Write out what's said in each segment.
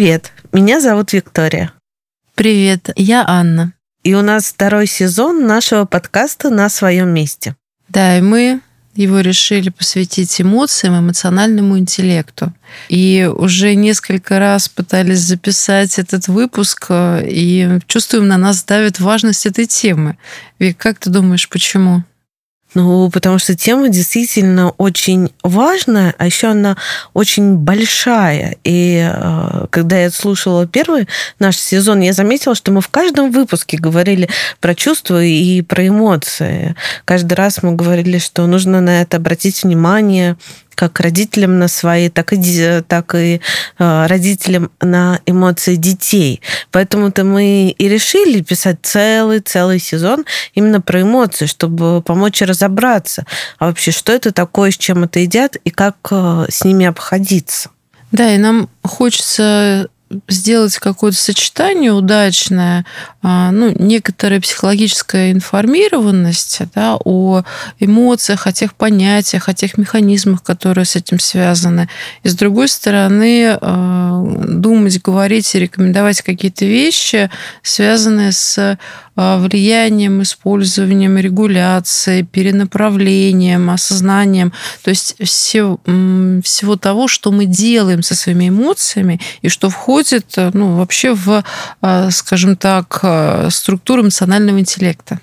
Привет, меня зовут Виктория. Привет, я Анна. И у нас второй сезон нашего подкаста «На своем месте». Да, и мы его решили посвятить эмоциям, эмоциональному интеллекту. И уже несколько раз пытались записать этот выпуск, и чувствуем, на нас давит важность этой темы. Вик, как ты думаешь, почему? Потому что тема действительно очень важная, а еще она очень большая. И когда я слушала первый наш сезон, я заметила, что мы в каждом выпуске говорили про чувства и про эмоции. Каждый раз мы говорили, что нужно на это обратить внимание, как родителям на свои, так и родителям на эмоции детей. Поэтому-то мы и решили писать целый сезон именно про эмоции, чтобы помочь разобраться, а вообще, что это такое, с чем это едят и как с ними обходиться. Да, и нам хочется сделать какое-то сочетание удачное, некоторая психологическая информированность, да, о эмоциях, о тех понятиях, о тех механизмах, которые с этим связаны. И с другой стороны, думать, говорить и рекомендовать какие-то вещи, связанные с влиянием, использованием, регуляцией, перенаправлением, осознанием. То есть всего того, что мы делаем со своими эмоциями и что входит вообще в, скажем так, структуру эмоционального интеллекта.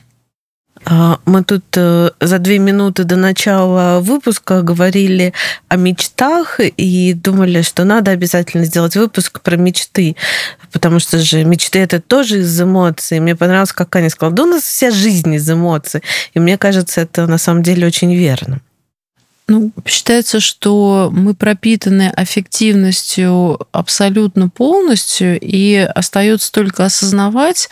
Мы тут за 2 минуты до начала выпуска говорили о мечтах и думали, что надо обязательно сделать выпуск про мечты, потому что же мечты — это тоже из эмоций. Мне понравилось, как Аня сказала, да у нас вся жизнь из эмоций. И мне кажется, это на самом деле очень верно. Считается, что мы пропитаны аффективностью абсолютно полностью, и остается только осознавать,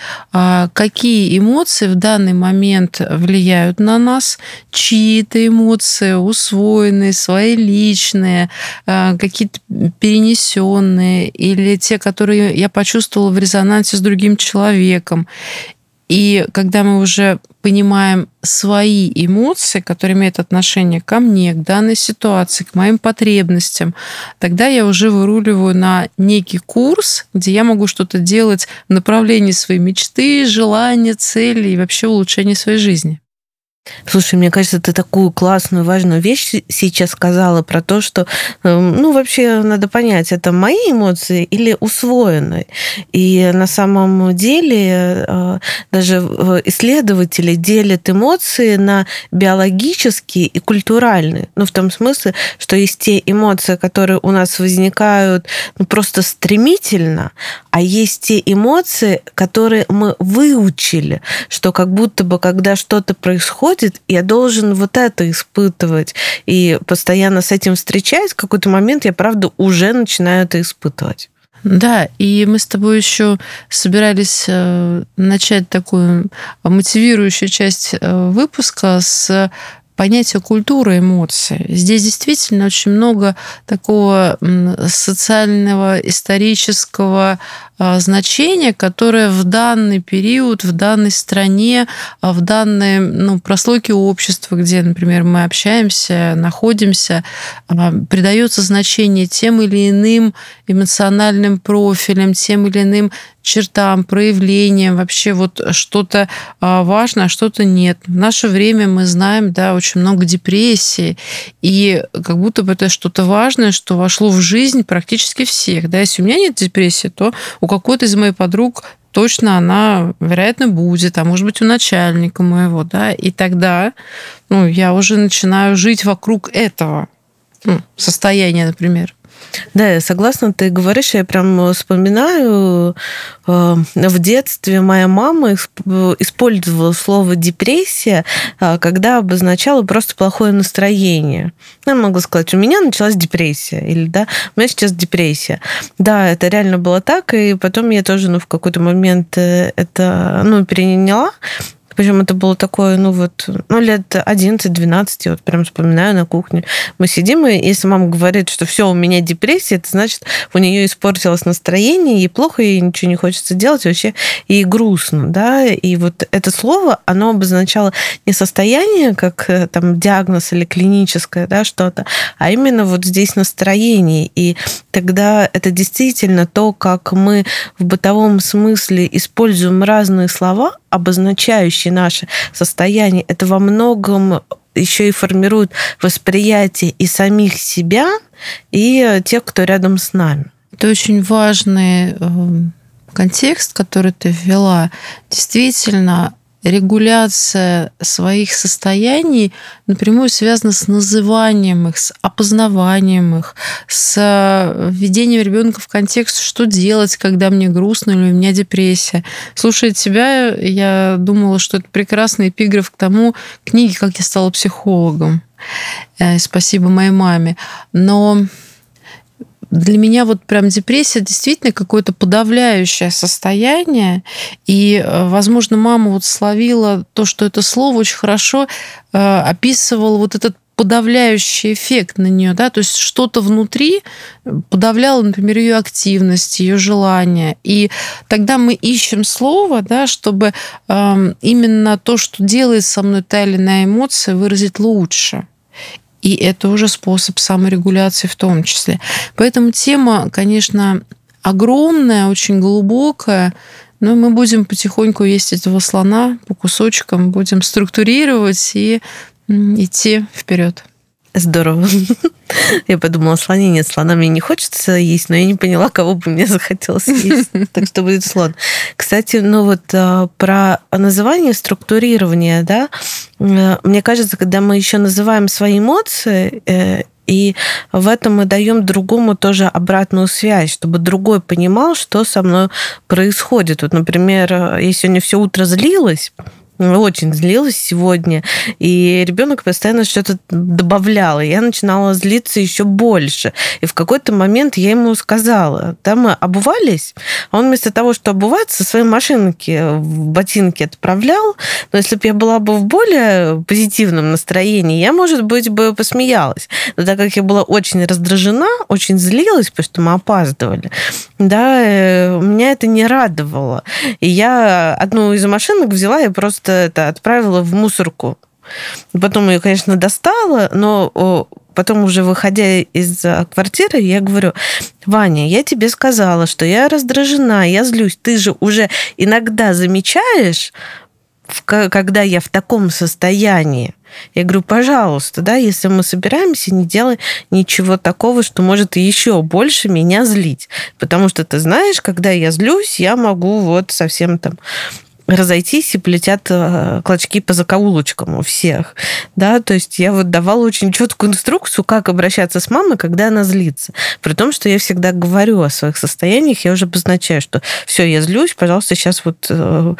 какие эмоции в данный момент влияют на нас, чьи-то эмоции усвоенные, свои личные, какие-то перенесенные, или те, которые я почувствовала в резонансе с другим человеком. И когда мы уже понимаем свои эмоции, которые имеют отношение ко мне, к данной ситуации, к моим потребностям, тогда я уже выруливаю на некий курс, где я могу что-то делать в направлении своей мечты, желания, цели и вообще улучшения своей жизни. Слушай, мне кажется, ты такую классную, важную вещь сейчас сказала про то, что, вообще надо понять, это мои эмоции или усвоенные. И на самом деле даже исследователи делят эмоции на биологические и культуральные. В том смысле, что есть те эмоции, которые у нас возникают просто стремительно, а есть те эмоции, которые мы выучили, что как будто бы, когда что-то происходит, я должен вот это испытывать. И постоянно с этим встречаясь, в какой-то момент я, правда, уже начинаю это испытывать. Да, и мы с тобой еще собирались начать такую мотивирующую часть выпуска с понятия культуры эмоций. Здесь действительно очень много такого социального, исторического значения, которое в данный период, в данной стране, в данной прослойке общества, где, например, мы общаемся, находимся, придается значение тем или иным эмоциональным профилям, тем или иным чертам, проявлениям, вообще вот что-то важно, а что-то нет. В наше время мы знаем, да, очень много депрессии, и как будто бы это что-то важное, что вошло в жизнь практически всех. Да? Если у меня нет депрессии, то у какой-то из моих подруг точно она, вероятно, будет, а может быть, у начальника моего, да, и тогда я уже начинаю жить вокруг этого состояния, например. Да, я согласна, ты говоришь, я прям вспоминаю, в детстве моя мама использовала слово «депрессия», когда обозначала просто плохое настроение. Она могла сказать, у меня началась депрессия, или да, у меня сейчас депрессия. Да, это реально было так, и потом я тоже в какой-то момент это переняла, Причем это было такое, лет 11-12, вот прям вспоминаю на кухне. Мы сидим, и если мама говорит, что все, у меня депрессия, это значит, у нее испортилось настроение, ей плохо, ей ничего не хочется делать, вообще ей грустно, да, и вот это слово, оно обозначало не состояние, как там диагноз или клиническое, да, что-то, а именно вот здесь настроение, и тогда это действительно то, как мы в бытовом смысле используем разные слова, обозначающие наше состояние, это во многом еще и формирует восприятие и самих себя, и тех, кто рядом с нами. Это очень важный контекст, который ты ввела. Действительно, регуляция своих состояний напрямую связана с называнием их, с опознаванием их, с введением ребенка в контекст, что делать, когда мне грустно или у меня депрессия. Слушая тебя, я думала, что это прекрасный эпиграф к тому книге «Как я стала психологом». Спасибо моей маме. Но для меня вот прям депрессия действительно какое-то подавляющее состояние. И, возможно, мама вот словила то, что это слово очень хорошо описывало вот этот подавляющий эффект на нее, да, то есть что-то внутри подавляло, например, ее активность, ее желание. И тогда мы ищем слово, да, чтобы именно то, что делает со мной та или иная эмоция, выразить лучше. И это уже способ саморегуляции в том числе. Поэтому тема, конечно, огромная, очень глубокая, но мы будем потихоньку есть этого слона по кусочкам, будем структурировать и идти вперед. Здорово. Я подумала, слоне нет, слона мне не хочется есть, но я не поняла, кого бы мне захотелось есть. Так что будет слон. Кстати, про называние, структурирование, да, мне кажется, когда мы еще называем свои эмоции, и в этом мы даем другому тоже обратную связь, чтобы другой понимал, что со мной происходит. Вот, например, я сегодня все утро злилась, очень злилась сегодня, и ребенок постоянно что-то добавлял, и я начинала злиться еще больше. И в какой-то момент я ему сказала, да, мы обувались, а он вместо того, чтобы обуваться, свои машинки в ботинки отправлял, но если бы я была бы в более позитивном настроении, я, может быть, бы посмеялась. Но так как я была очень раздражена, очень злилась, потому что мы опаздывали, да, меня это не радовало. И я одну из машинок взяла и просто отправила в мусорку. Потом ее, конечно, достала, но потом уже выходя из квартиры, я говорю: Ваня, я тебе сказала, что я раздражена, я злюсь. Ты же уже иногда замечаешь, когда я в таком состоянии. Я говорю, пожалуйста, да, если мы собираемся, не делай ничего такого, что может еще больше меня злить. Потому что ты знаешь, когда я злюсь, я могу вот совсем там разойтись, и полетят клочки по закоулочкам у всех. Да? То есть я вот давала очень четкую инструкцию, как обращаться с мамой, когда она злится. При том, что я всегда говорю о своих состояниях, я уже обозначаю, что все, я злюсь, пожалуйста, сейчас вот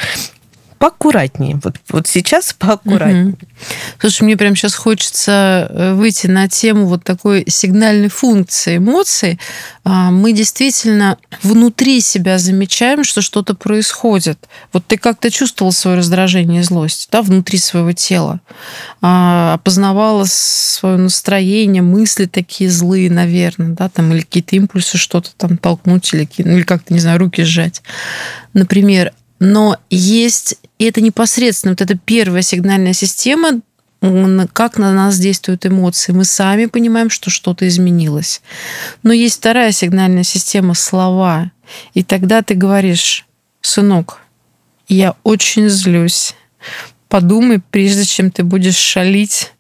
поаккуратнее. Вот сейчас поаккуратнее. Слушай, мне прямо сейчас хочется выйти на тему вот такой сигнальной функции эмоций. Мы действительно внутри себя замечаем, что что-то происходит. Вот ты как-то чувствовала свое раздражение и злость, да, внутри своего тела. Опознавала свое настроение, мысли такие злые, наверное, да, там, или какие-то импульсы что-то там толкнуть, или как-то, не знаю, руки сжать, например. Но есть, и это непосредственно вот эта первая сигнальная система, как на нас действуют эмоции. Мы сами понимаем, что что-то изменилось. Но есть вторая сигнальная система — слова. И тогда ты говоришь: сынок, я очень злюсь. Подумай, прежде чем ты будешь шалить,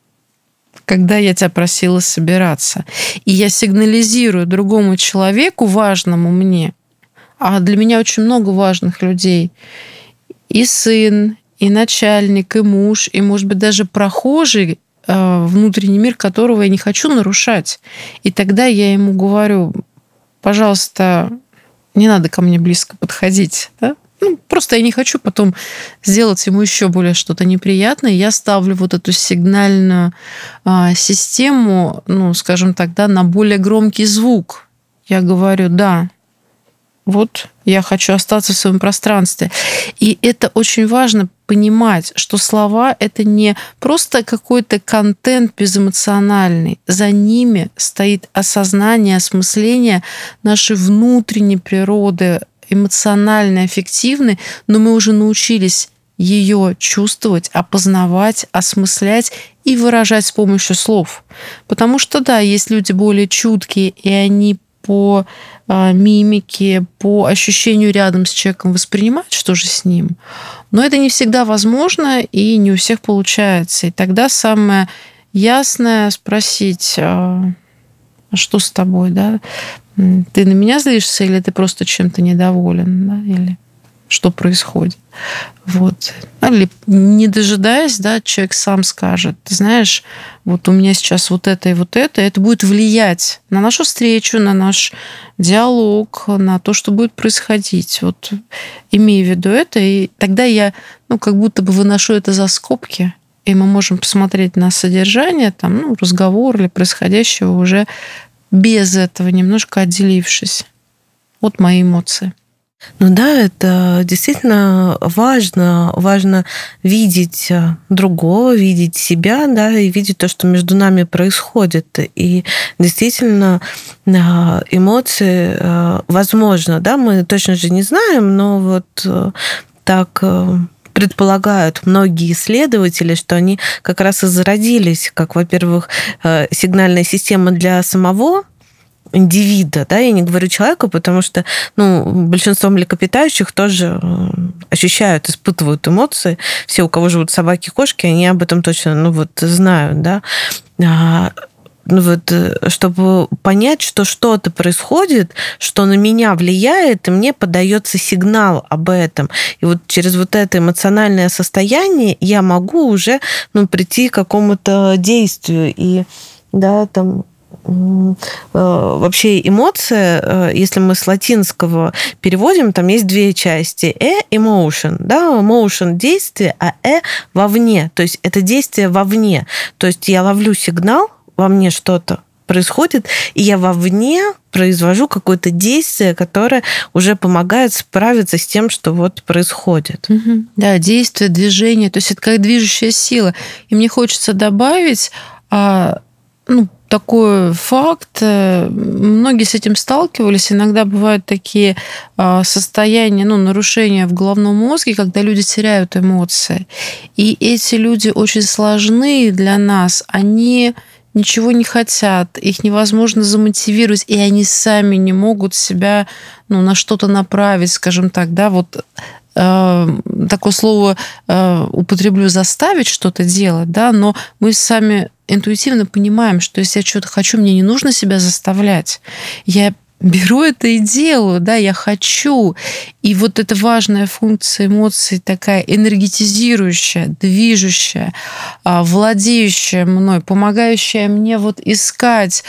когда я тебя просила собираться. И я сигнализирую другому человеку, важному мне, а для меня очень много важных людей. И сын, и начальник, и муж, и, может быть, даже прохожий, внутренний мир которого я не хочу нарушать. И тогда я ему говорю: пожалуйста, не надо ко мне близко подходить. Да? Просто я не хочу потом сделать ему еще более что-то неприятное. Я ставлю вот эту сигнальную систему, скажем так, да, на более громкий звук. Я говорю: да, вот я хочу остаться в своем пространстве. И это очень важно понимать, что слова — это не просто какой-то контент безэмоциональный. За ними стоит осознание, осмысление нашей внутренней природы, эмоциональной, аффективной, но мы уже научились ее чувствовать, опознавать, осмыслять и выражать с помощью слов. Потому что, да, есть люди более чуткие, и они по мимике, по ощущению рядом с человеком воспринимают, что же с ним. Но это не всегда возможно, и не у всех получается. И тогда самое ясное спросить, а что с тобой, да? Ты на меня злишься, или ты просто чем-то недоволен, да? Или что происходит? Вот. Или не дожидаясь, да, человек сам скажет, ты знаешь, вот у меня сейчас вот это и это будет влиять на нашу встречу, на наш диалог, на то, что будет происходить. Вот имея в виду это, и тогда я, как будто бы выношу это за скобки, и мы можем посмотреть на содержание, разговор или происходящего уже без этого, немножко отделившись от моей эмоции. Ну да, это действительно важно. Важно видеть другого, видеть себя, да, и видеть то, что между нами происходит. И действительно эмоции, возможно, да, мы точно же не знаем, но вот так предполагают многие исследователи, что они как раз и зародились, как, во-первых, сигнальная система для самого индивида, да, я не говорю человека, потому что, большинство млекопитающих тоже ощущают, испытывают эмоции. Все, у кого живут собаки, кошки, они об этом точно, знают, да. Чтобы понять, что что-то происходит, что на меня влияет, и мне подается сигнал об этом. И вот через вот это эмоциональное состояние я могу уже, прийти к какому-то действию. И, да, вообще эмоция, если мы с латинского переводим, там есть две части. Emotion, да, emotion – действие, а вовне. То есть это действие вовне. То есть я ловлю сигнал, во мне что-то происходит, и я вовне произвожу какое-то действие, которое уже помогает справиться с тем, что вот происходит. Угу. Да, действие, движение, то есть это как движущая сила. И мне хочется добавить, такой факт, многие с этим сталкивались, иногда бывают такие состояния, нарушения в головном мозге, когда люди теряют эмоции. И эти люди очень сложны для нас, они ничего не хотят, их невозможно замотивировать, и они сами не могут себя на что-то направить, скажем так, да, вот такое слово употреблю, заставить что-то делать, да, но мы сами интуитивно понимаем, что если я что-то хочу, мне не нужно себя заставлять. Я беру это и делаю, да, я хочу. И вот эта важная функция эмоций, такая энергетизирующая, движущая, владеющая мной, помогающая мне вот искать,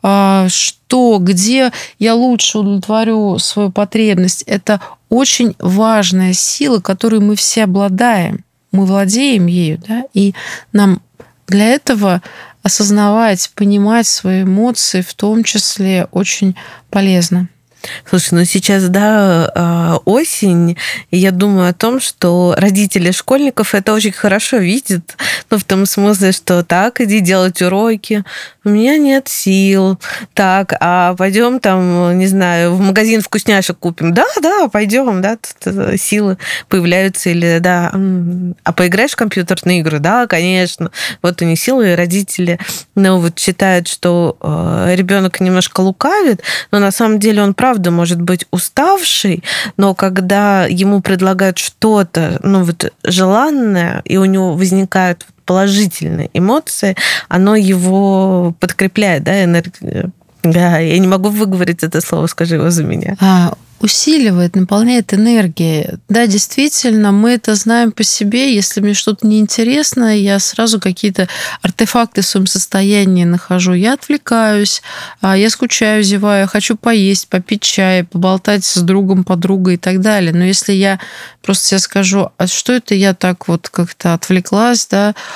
где я лучше удовлетворю свою потребность. Это очень важная сила, которой мы все обладаем. Мы владеем ею, да, и нам для этого осознавать, понимать свои эмоции, в том числе, очень полезно. Слушай, сейчас, да, осень, и я думаю о том, что родители школьников это очень хорошо видят, в том смысле, что так, иди делать уроки, у меня нет сил, так, а пойдем не знаю, в магазин вкусняшек купим, да, пойдем, да, тут силы появляются, или, да, а поиграешь в компьютерные игры, да, конечно, вот у них силы, и родители, считают, что ребенок немножко лукавит, но на самом деле он правда может быть уставший, но когда ему предлагают что-то, желанное, и у него возникают положительные эмоции, оно его подкрепляет, да, энергию. Да, я не могу выговорить это слово, скажи его за меня. Усиливает, наполняет энергией. Да, действительно, мы это знаем по себе. Если мне что-то неинтересно, я сразу какие-то артефакты в своем состоянии нахожу. Я отвлекаюсь, я скучаю, зеваю, хочу поесть, попить чай, поболтать с другом, подругой и так далее. Но если я просто себе скажу, а что это я так вот как-то отвлеклась, да,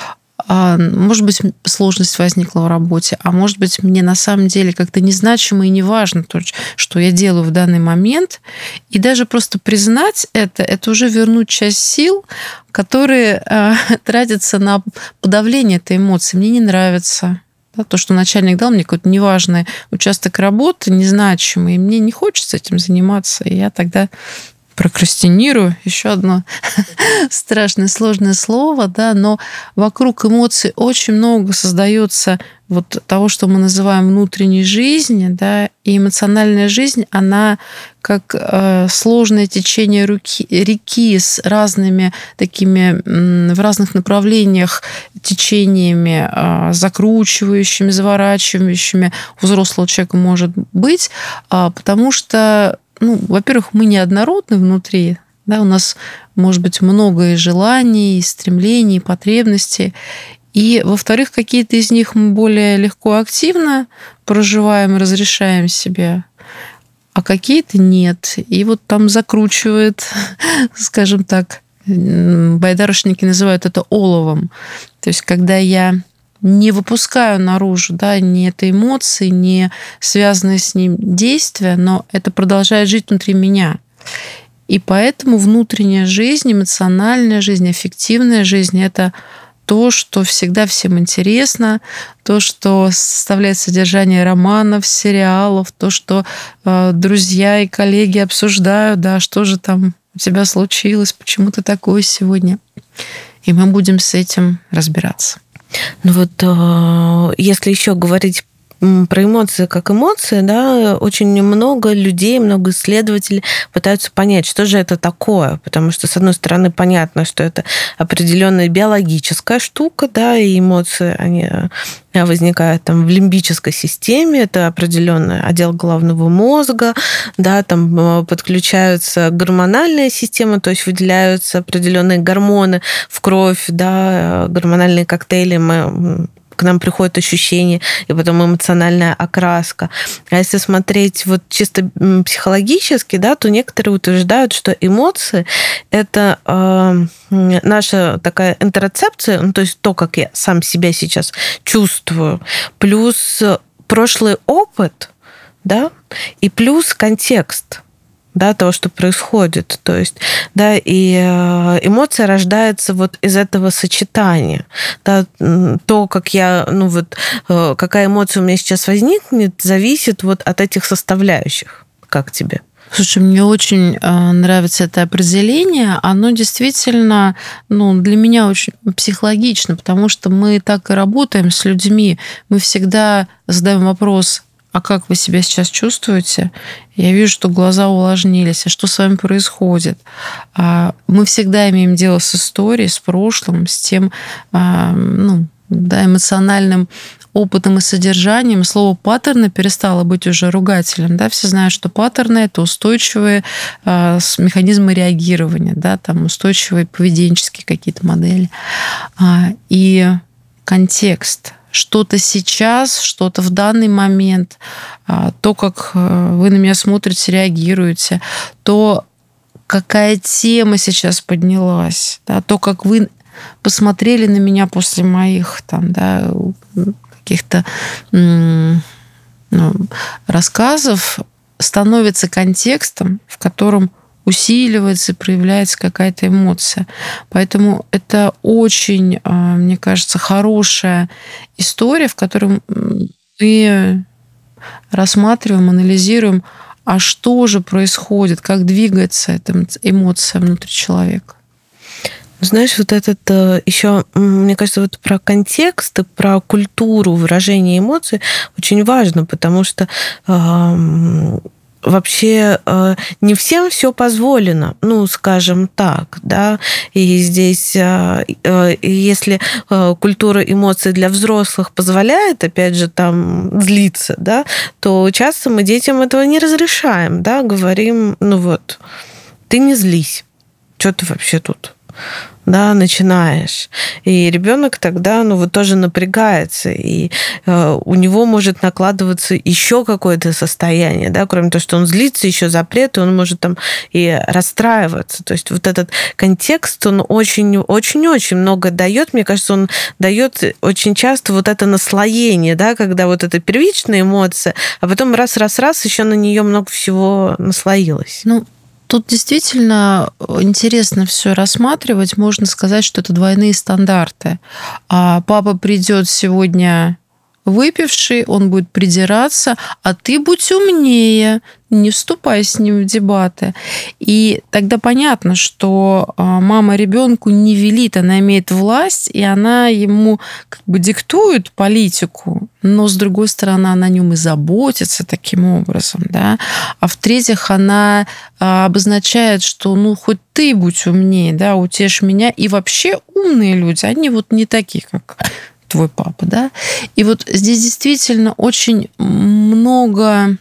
может быть, сложность возникла в работе, а может быть, мне на самом деле как-то незначимо и неважно то, что я делаю в данный момент. И даже просто признать это уже вернуть часть сил, которые тратятся на подавление этой эмоции. Мне не нравится. Да, то, что начальник дал мне какой-то неважный участок работы, незначимый, и мне не хочется этим заниматься. И я тогда прокрастинирую, еще одно страшное, сложное слово, да, но вокруг эмоций очень много создается вот того, что мы называем внутренней жизнью, да, и эмоциональная жизнь, она как сложное течение реки с разными такими в разных направлениях течениями, закручивающими, заворачивающими у взрослого человека может быть, потому что во-первых, мы неоднородны внутри, да, у нас может быть много и желаний, и стремлений, и потребностей. И, во-вторых, какие-то из них мы более легко и активно проживаем и разрешаем себе, а какие-то нет. И вот там закручивает, скажем так, байдарочники называют это оловом. То есть, когда я не выпускаю наружу, да, ни этой эмоции, ни связанные с ним действия, но это продолжает жить внутри меня. И поэтому внутренняя жизнь, эмоциональная жизнь, аффективная жизнь – это то, что всегда всем интересно, то, что составляет содержание романов, сериалов, то, что друзья и коллеги обсуждают, да, что же там у тебя случилось, почему ты такой сегодня. И мы будем с этим разбираться. Ну вот, если еще говорить про эмоции как эмоции, да, очень много людей, много исследователей пытаются понять, что же это такое, потому что, с одной стороны, понятно, что это определенная биологическая штука, да, и эмоции, они возникают там в лимбической системе, это определенный отдел головного мозга, да, там подключаются гормональная система, то есть выделяются определенные гормоны в кровь, да, гормональные коктейли, к нам приходят ощущения, и потом эмоциональная окраска. А если смотреть вот чисто психологически, да, то некоторые утверждают, что эмоции – это наша такая интероцепция, ну, то есть то, как я сам себя сейчас чувствую, плюс прошлый опыт, да, и плюс контекст, да, того, что происходит. То есть, да, и эмоция рождается вот из этого сочетания. Да, то, как я, какая эмоция у меня сейчас возникнет, зависит вот от этих составляющих. Как тебе? Слушай, мне очень нравится это определение. Оно действительно, для меня очень психологично, потому что мы так и работаем с людьми. Мы всегда задаем вопрос: а как вы себя сейчас чувствуете? Я вижу, что глаза увлажнились. А что с вами происходит? Мы всегда имеем дело с историей, с прошлым, с тем эмоциональным опытом и содержанием. Слово «паттерны» перестало быть уже ругателем. Да? Все знают, что паттерны – это устойчивые механизмы реагирования, да? Там устойчивые поведенческие какие-то модели. И контекст – что-то сейчас, что-то в данный момент, то, как вы на меня смотрите, реагируете, то, какая тема сейчас поднялась, да, то, как вы посмотрели на меня после моих каких-то рассказов, становится контекстом, в котором усиливается и проявляется какая-то эмоция. Поэтому это очень, мне кажется, хорошая история, в которой мы рассматриваем, анализируем, а что же происходит, как двигается эта эмоция внутри человека. Знаешь, вот этот еще, мне кажется, вот про контекст и про культуру выражения эмоций очень важно, потому что вообще не всем все позволено, скажем так, да, и здесь, если культура эмоций для взрослых позволяет, опять же, там злиться, да, то часто мы детям этого не разрешаем, да, говорим, ты не злись, что ты вообще тут? да, начинаешь. И ребенок тогда, тоже напрягается, и у него может накладываться еще какое-то состояние, да, кроме того, что он злится, еще запрет, и он может там и расстраиваться. То есть вот этот контекст, он очень-очень много дает. Мне кажется, он дает очень часто вот это наслоение, да, когда вот эта первичная эмоция, а потом раз-раз-раз еще на нее много всего наслоилось. Тут действительно интересно все рассматривать. Можно сказать, что это двойные стандарты. А папа придет сегодня выпивший, он будет придираться, а ты будь умнее, не вступай с ним в дебаты. И тогда понятно, что мама ребенку не велит, она имеет власть, и она ему диктует политику, но, с другой стороны, она о нем и заботится таким образом. Да? А в-третьих, она обозначает, что хоть ты будь умнее, да, утешь меня. И вообще умные люди, они вот не такие, как твой папа, да. И вот здесь действительно очень много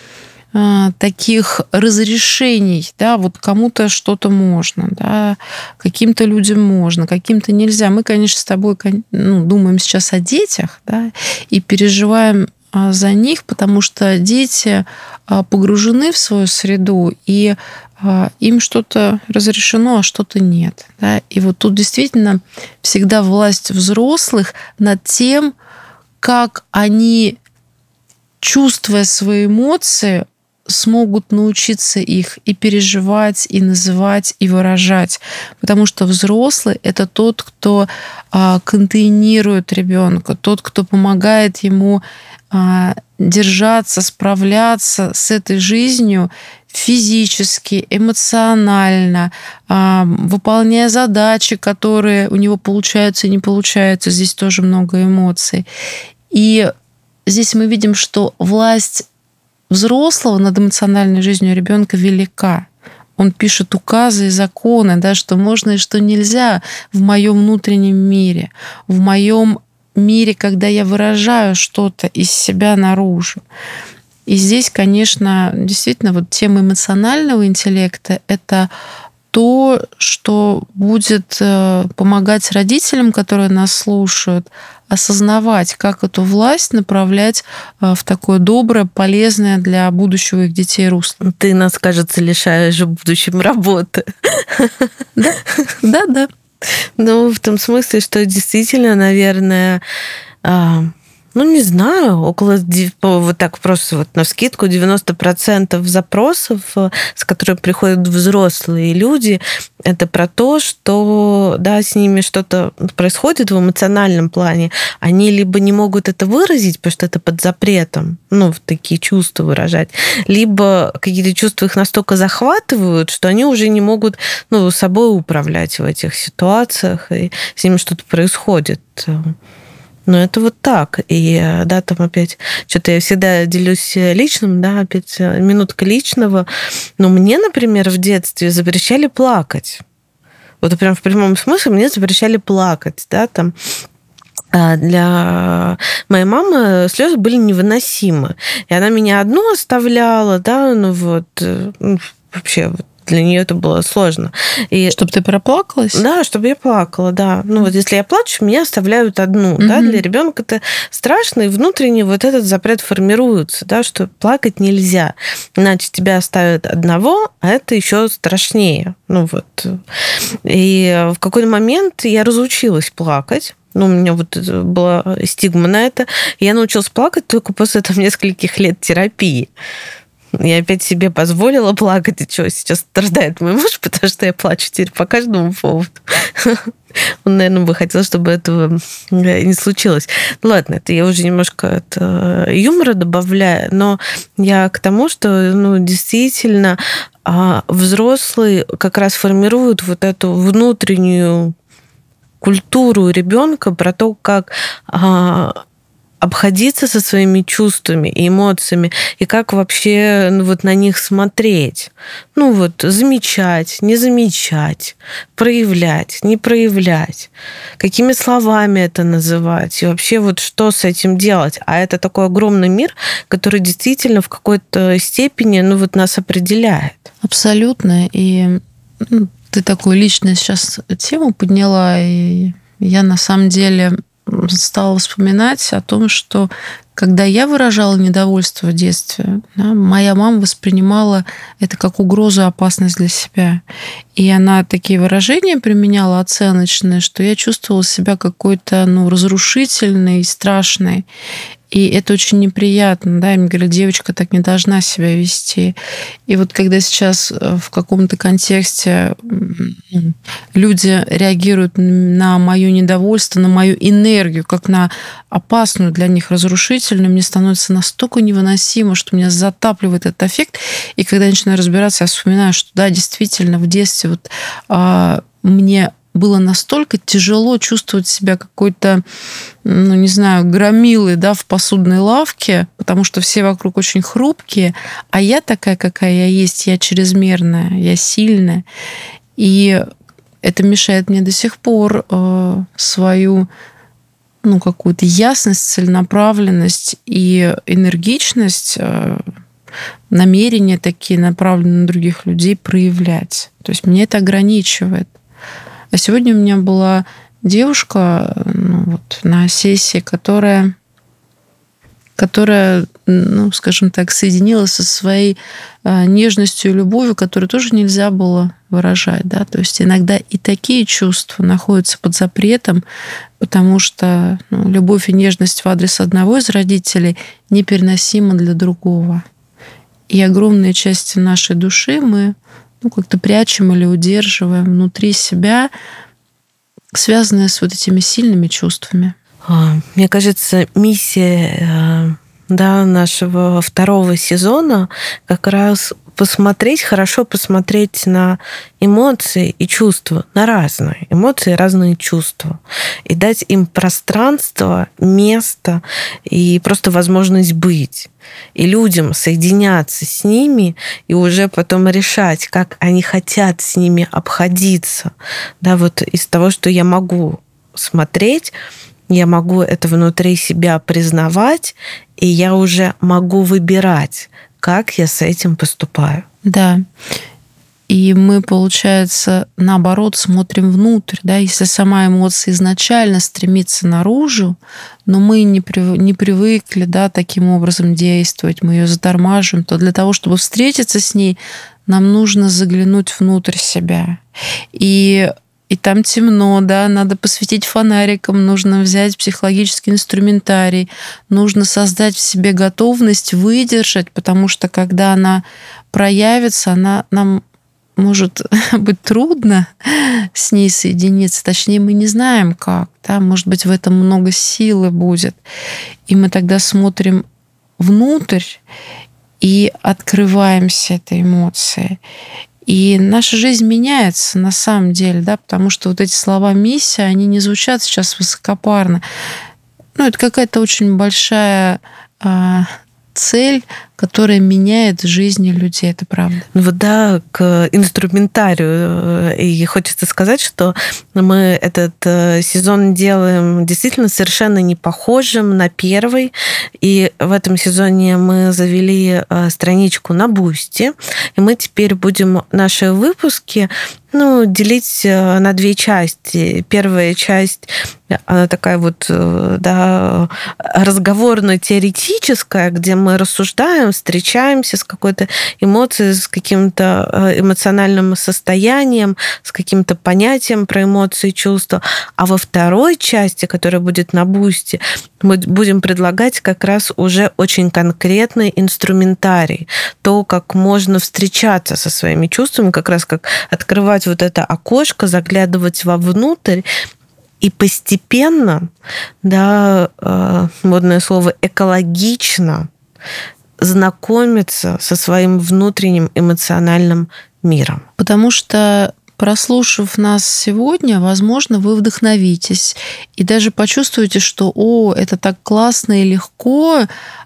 таких разрешений, да, вот кому-то что-то можно, да, каким-то людям можно, каким-то нельзя. Мы, конечно, с тобой думаем сейчас о детях, да, и переживаем за них, потому что дети погружены в свою среду, и им что-то разрешено, а что-то нет. Да? И вот тут действительно всегда власть взрослых над тем, как они, чувствуя свои эмоции, смогут научиться их и переживать, и называть, и выражать. Потому что взрослый – это тот, кто контейнирует ребенка, тот, кто помогает ему держаться, справляться с этой жизнью физически, эмоционально, выполняя задачи, которые у него получаются и не получаются. Здесь тоже много эмоций. И здесь мы видим, что власть взрослого над эмоциональной жизнью ребенка велика. Он пишет указы и законы, да, что можно и что нельзя в моем внутреннем мире, в моем мире, когда я выражаю что-то из себя наружу. И здесь, конечно, действительно, вот тема эмоционального интеллекта – это то, что будет помогать родителям, которые нас слушают, осознавать, как эту власть направлять в такое доброе, полезное для будущего их детей русло. Ты нас, кажется, лишаешь в будущем работы. Да. В том смысле, что действительно, наверное, не знаю, вот так просто вот навскидку 90% запросов, с которыми приходят взрослые люди, это про то, что, да, с ними что-то происходит в эмоциональном плане. Они либо не могут это выразить, потому что это под запретом, такие чувства выражать, либо какие-то чувства их настолько захватывают, что они уже не могут, собой управлять в этих ситуациях, и с ними что-то происходит. Но это вот так. И да, там опять что-то я всегда делюсь личным, да, опять минутка личного. Но мне, например, в детстве запрещали плакать. Вот прям в прямом смысле мне запрещали плакать, да, там. Для моей мамы слезы были невыносимы. И она меня одну оставляла, да, вообще для нее это было сложно. И чтобы ты проплакалась? Да, чтобы я плакала, да. Если я плачу, меня оставляют одну. Да? Для ребенка это страшно, и внутренне вот этот запрет формируется, да, что плакать нельзя. Иначе тебя оставят одного, а это еще страшнее. И в какой-то момент я разучилась плакать. У меня была стигма на это. И я научилась плакать только после нескольких лет терапии. Я опять себе позволила плакать, и что, сейчас страдает мой муж, потому что я плачу теперь по каждому поводу. Он, наверное, бы хотел, чтобы этого не случилось. Ладно, это я уже немножко юмора добавляю, но я к тому, что, действительно, взрослые как раз формируют вот эту внутреннюю культуру ребенка про то, как обходиться со своими чувствами и эмоциями, и как вообще на них смотреть. Замечать, не замечать, проявлять, не проявлять, какими словами это называть, и вообще что с этим делать. А это такой огромный мир, который действительно в какой-то степени нас определяет. Абсолютно. И Ты такую личную сейчас тему подняла, и я на самом деле стала вспоминать о том, что когда я выражала недовольство в детстве, да, моя мама воспринимала это как угрозу и опасность для себя. И она такие выражения применяла оценочные, что я чувствовала себя какой-то разрушительной, страшной. И это очень неприятно, да, и мне говорят, девочка так не должна себя вести. И вот когда сейчас в каком-то контексте люди реагируют на мое недовольство, на мою энергию, как на опасную для них, разрушительную, мне становится настолько невыносимо, что меня затапливает этот эффект. И когда я начинаю разбираться, я вспоминаю, что да, действительно, в детстве мне было настолько тяжело чувствовать себя какой-то, не знаю, громилой, да, в посудной лавке, потому что все вокруг очень хрупкие, а я такая, какая я есть, я чрезмерная, я сильная. И это мешает мне до сих пор свою какую-то ясность, целенаправленность и энергичность, намерения такие, направленные на других людей, проявлять. То есть меня это ограничивает. А сегодня у меня была девушка на сессии, которая, скажем так, соединилась со своей нежностью и любовью, которую тоже нельзя было выражать. Да? То есть иногда и такие чувства находятся под запретом, потому что любовь и нежность в адрес одного из родителей непереносима для другого. И огромные части нашей души мы как-то прячем или удерживаем внутри себя, связанные с вот этими сильными чувствами. Мне кажется, миссия нашего второго сезона как раз хорошо посмотреть на эмоции и чувства, на разные эмоции, разные чувства, и дать им пространство, место и просто возможность быть. И людям соединяться с ними и уже потом решать, как они хотят с ними обходиться. Да, вот из того, что я могу смотреть, я могу это внутри себя признавать, и я уже могу выбирать, как я с этим поступаю. Да. И мы, получается, наоборот, смотрим внутрь. Да? Если сама эмоция изначально стремится наружу, но мы не привыкли, да, таким образом действовать, мы ее затормаживаем, то для того, чтобы встретиться с ней, нам нужно заглянуть внутрь себя. И там темно, да, надо посветить фонариком, нужно взять психологический инструментарий, нужно создать в себе готовность выдержать, потому что когда она проявится, нам может быть трудно с ней соединиться, точнее, мы не знаем как, да, может быть, в этом много силы будет. И мы тогда смотрим внутрь и открываемся этой эмоции. И наша жизнь меняется на самом деле, да, потому что вот эти слова «миссия», они не звучат сейчас высокопарно. Это какая-то очень большая цель, которая меняет жизни людей, это правда. К инструментарию. И хочется сказать, что мы этот сезон делаем действительно совершенно не похожим на первый. И в этом сезоне мы завели страничку на Бусти. И мы теперь будем наши выпуски делить на две части. Первая часть, она такая разговорно-теоретическая, где мы рассуждаем, встречаемся с какой-то эмоцией, с каким-то эмоциональным состоянием, с каким-то понятием про эмоции и чувства. А во второй части, которая будет на Бусти, мы будем предлагать как раз уже очень конкретный инструментарий. То, как можно встречаться со своими чувствами, как раз как открывать вот это окошко, заглядывать вовнутрь и постепенно, да, модное слово, экологично знакомиться со своим внутренним эмоциональным миром. Потому что, прослушав нас сегодня, возможно, вы вдохновитесь и даже почувствуете, что это так классно и легко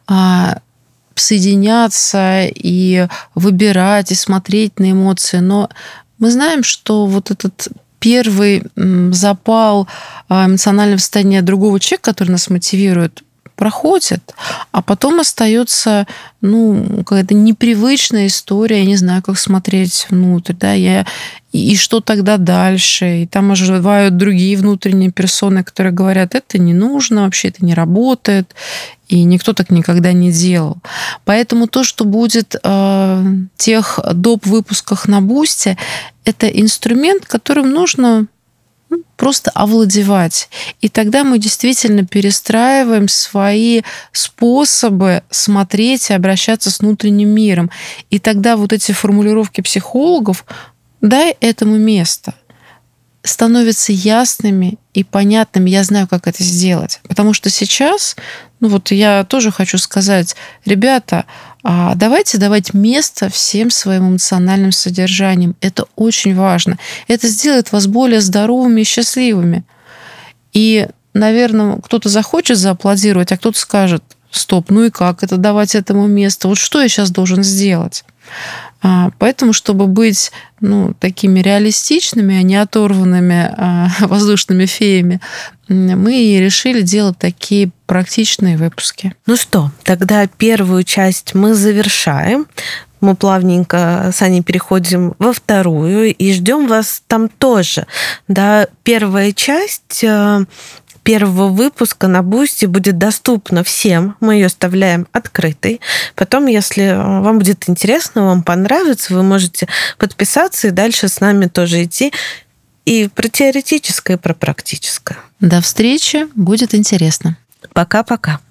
соединяться и выбирать, и смотреть на эмоции. Но мы знаем, что вот этот первый запал эмоционального состояния другого человека, который нас мотивирует, проходит, а потом остается, какая-то непривычная история, я не знаю, как смотреть внутрь, да, и что тогда дальше, и там оживают другие внутренние персоны, которые говорят, это не нужно, вообще это не работает, и никто так никогда не делал. Поэтому то, что будет в тех доп. Выпусках на Бусте, это инструмент, которым нужно просто овладевать. И тогда мы действительно перестраиваем свои способы смотреть и обращаться с внутренним миром. И тогда вот эти формулировки психологов «дай этому место» становятся ясными и понятными. Я знаю, как это сделать. Потому что сейчас, я тоже хочу сказать, ребята, давайте давать место всем своим эмоциональным содержаниям. Это очень важно. Это сделает вас более здоровыми и счастливыми. И, наверное, кто-то захочет зааплодировать, а кто-то скажет, стоп, и как это давать этому место? Вот что я сейчас должен сделать? Поэтому, чтобы быть такими реалистичными, а не оторванными воздушными феями, мы решили делать такие практичные выпуски. Ну что, тогда первую часть мы завершаем. Мы плавненько с Аней переходим во вторую и ждем вас там тоже. Да, первая часть первого выпуска на Бусти будет доступна всем. Мы ее оставляем открытой. Потом, если вам будет интересно, вам понравится, вы можете подписаться и дальше с нами тоже идти. И про теоретическое, и про практическое. До встречи. Будет интересно. Пока-пока.